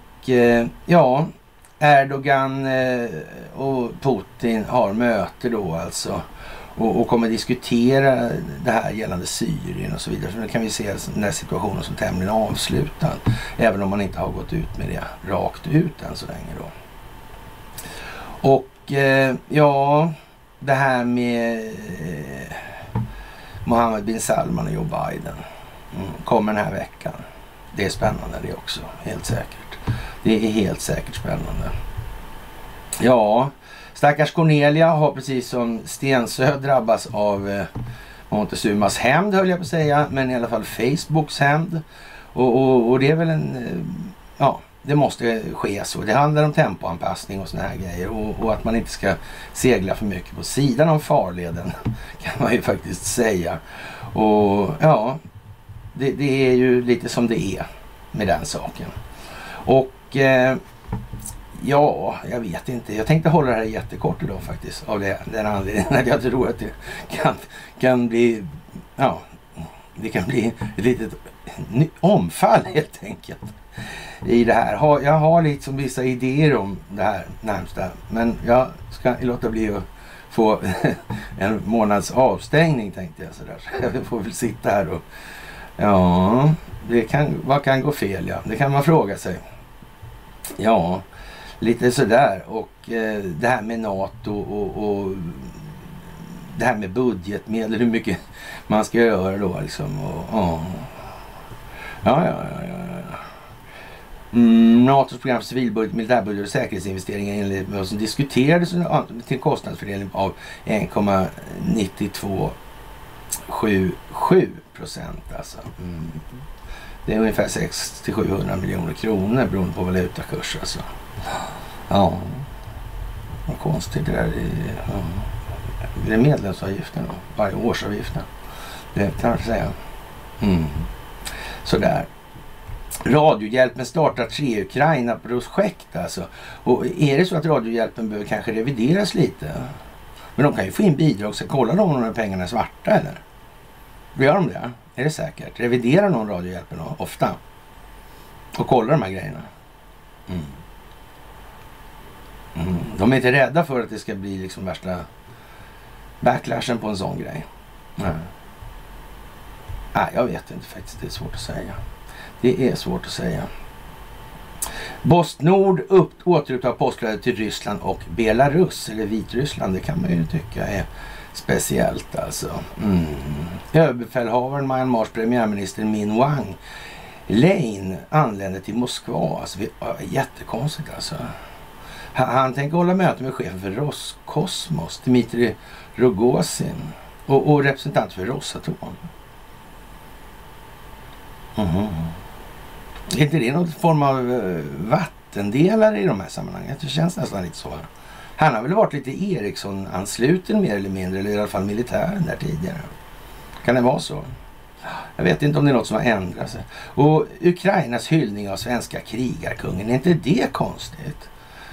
Erdogan och Putin har möte då alltså och kommer diskutera det här gällande Syrien och så vidare. Så nu kan vi se den här situationen som tämligen avslutad, även om man inte har gått ut med det rakt ut än så länge då. Och det här med Mohammed bin Salman och Joe Biden kommer den här veckan. Det är spännande det också, helt säkert. Det är helt säkert spännande. Ja, stackars Cornelia har precis som Stensö drabbats av Montezumas hämnd, höll jag på att säga, men i alla fall Facebooks hämnd. Och det är väl det måste ske så. Det handlar om tempoanpassning och såna här grejer. Och att man inte ska segla för mycket på sidan av farleden, kan man ju faktiskt säga. Och det är ju lite som det är med den saken. Och jag vet inte. Jag tänkte hålla det här jättekort idag faktiskt. Av den anledningen att jag tror att det kan bli det kan bli ett litet omfall helt enkelt i det här. Jag har liksom vissa idéer om det här närmsta. Men jag ska låta bli att få en månads avstängning, tänkte jag sådär. Så jag får väl sitta här och vad kan gå fel? Ja, det kan man fråga sig. Ja, lite sådär. Och det här med NATO och det här med budgetmedel, hur mycket man ska göra då liksom. NATOs program för civilbudget, militärbudget och säkerhetsinvesteringar enligt vad som diskuterades till kostnadsfördelning av 1,9277% alltså. Det är ungefär 600-700 miljoner kronor beroende på valutakurs alltså. Ja, vad konstigt det där är. Det är medlemsavgiften då, varje årsavgiften. Det kan jag säga. Sådär. Radiohjälpen startar 3 Ukraina-projekt alltså. Och är det så att Radiohjälpen behöver kanske revideras lite? Men de kan ju få in bidrag, så kolla om de här pengarna är svarta eller? Gör de det? Är det säkert? Reviderar någon Radiohjälpen ofta? Och kolla de här grejerna. De är inte rädda för att det ska bli liksom värsta backlashen på en sån grej. Nej, jag vet inte faktiskt. Det är svårt att säga. Det är svårt att säga. Postnord återupptar postflödet till Ryssland och Belarus, eller Vitryssland. Det kan man ju tycka är speciellt alltså. Överbefälhavaren Myanmars premiärminister Min Wang Lane anlände till Moskva. Alltså, jättekonstigt alltså. Han tänker hålla möte med chefen för Roskosmos, Dmitrij Rogozin, och representant för Rosatom. Är inte det någon form av vattendelare i de här sammanhangen? Det känns nästan lite så. Han har väl varit lite Ericsson-ansluten mer eller mindre, eller i alla fall militären där tidigare. Kan det vara så? Jag vet inte om det är något som har ändrat sig. Och Ukrainas hyllning av svenska krigarkungen, är inte det konstigt?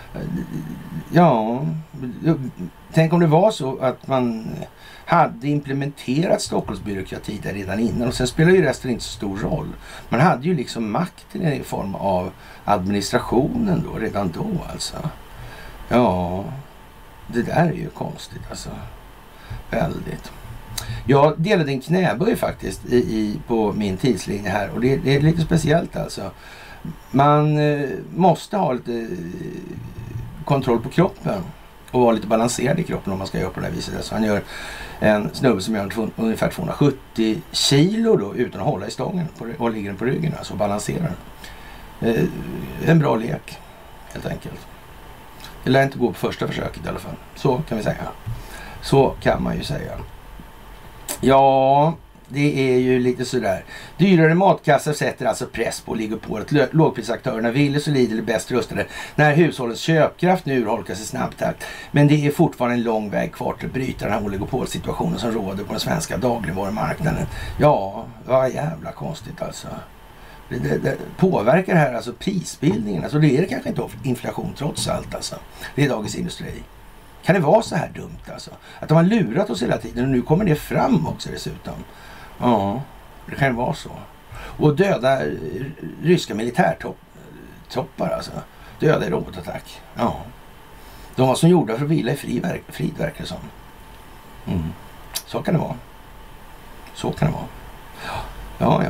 Ja, tänk om det var så att man hade implementerat Stockholmsbyråkrati där redan innan, och sen spelar ju resten inte så stor roll. Man hade ju liksom makten i form av administrationen då, redan då alltså. Ja, det där är ju konstigt alltså. Väldigt. Jag delade en knäböj faktiskt på min tidslinje här, och det är lite speciellt alltså. Man måste ha lite kontroll på kroppen och vara lite balanserad i kroppen om man ska göra på det här viset. Så han gör en snubbe som gör ungefär 270 kilo då, utan att hålla i stången och ligger den på ryggen, alltså balanserar. En bra lek helt enkelt. Det lär inte gå på första försöket i alla fall. Så kan vi säga. Så kan man ju säga. Ja, det är ju lite sådär. Dyrare matkassar sätter alltså press på oligopolet. Lågprisaktörerna Willys och Lidl är bäst rustade när hushållens köpkraft nu urholkas i snabb takt. Men det är fortfarande en lång väg kvar till att bryta den här oligopolsituationen som råder på den svenska dagligvarumarknaden. Ja, vad jävla konstigt alltså. Det påverkar här alltså prisbildningen. Alltså det är kanske inte inflation trots allt alltså. Det är Dagens Industri. Kan det vara så här dumt alltså? Att de har lurat oss hela tiden och nu kommer det fram också dessutom. Ja, det kan vara så. Och döda ryska militärtoppar alltså. Döda i robotattack. Ja. De var som gjorda för att vila i frid verkar det som. Så kan det vara. Så kan det vara. Ja.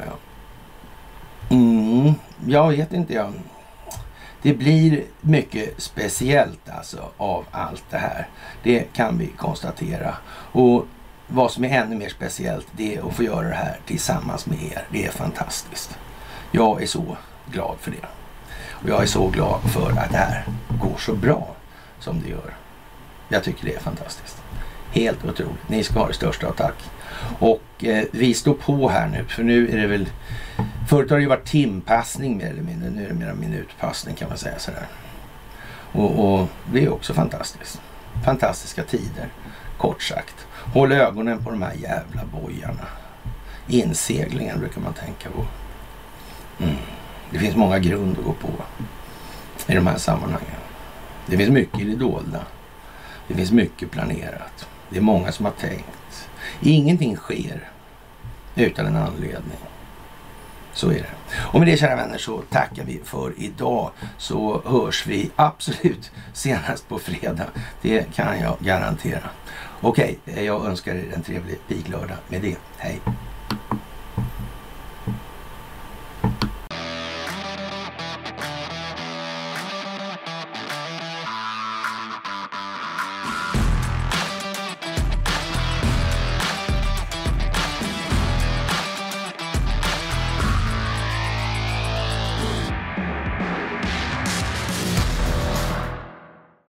Jag vet inte jag. Det blir mycket speciellt alltså av allt det här. Det kan vi konstatera. Och vad som är ännu mer speciellt, det är att få göra det här tillsammans med er. Det är fantastiskt. Jag är så glad för det. Och jag är så glad för att det här går så bra som det gör. Jag tycker det är fantastiskt. Helt otroligt. Ni ska ha det största av tack. Och vi står på här nu. För nu är det väl... Förut har det ju varit timpassning mer eller mindre. Nu är det mer minutpassning kan man säga sådär. Och det är också fantastiskt. Fantastiska tider. Kort sagt. Håll ögonen på de här jävla bojarna. Inseglingen brukar man tänka på. Det finns många grund att gå på i de här sammanhangen. Det finns mycket i det dolda. Det finns mycket planerat. Det är många som har tänkt. Ingenting sker utan en anledning. Så är det. Och med det, kära vänner, så tackar vi för idag. Så hörs vi absolut senast på fredag. Det kan jag garantera. Okej, jag önskar er en trevlig piglördag med det. Hej!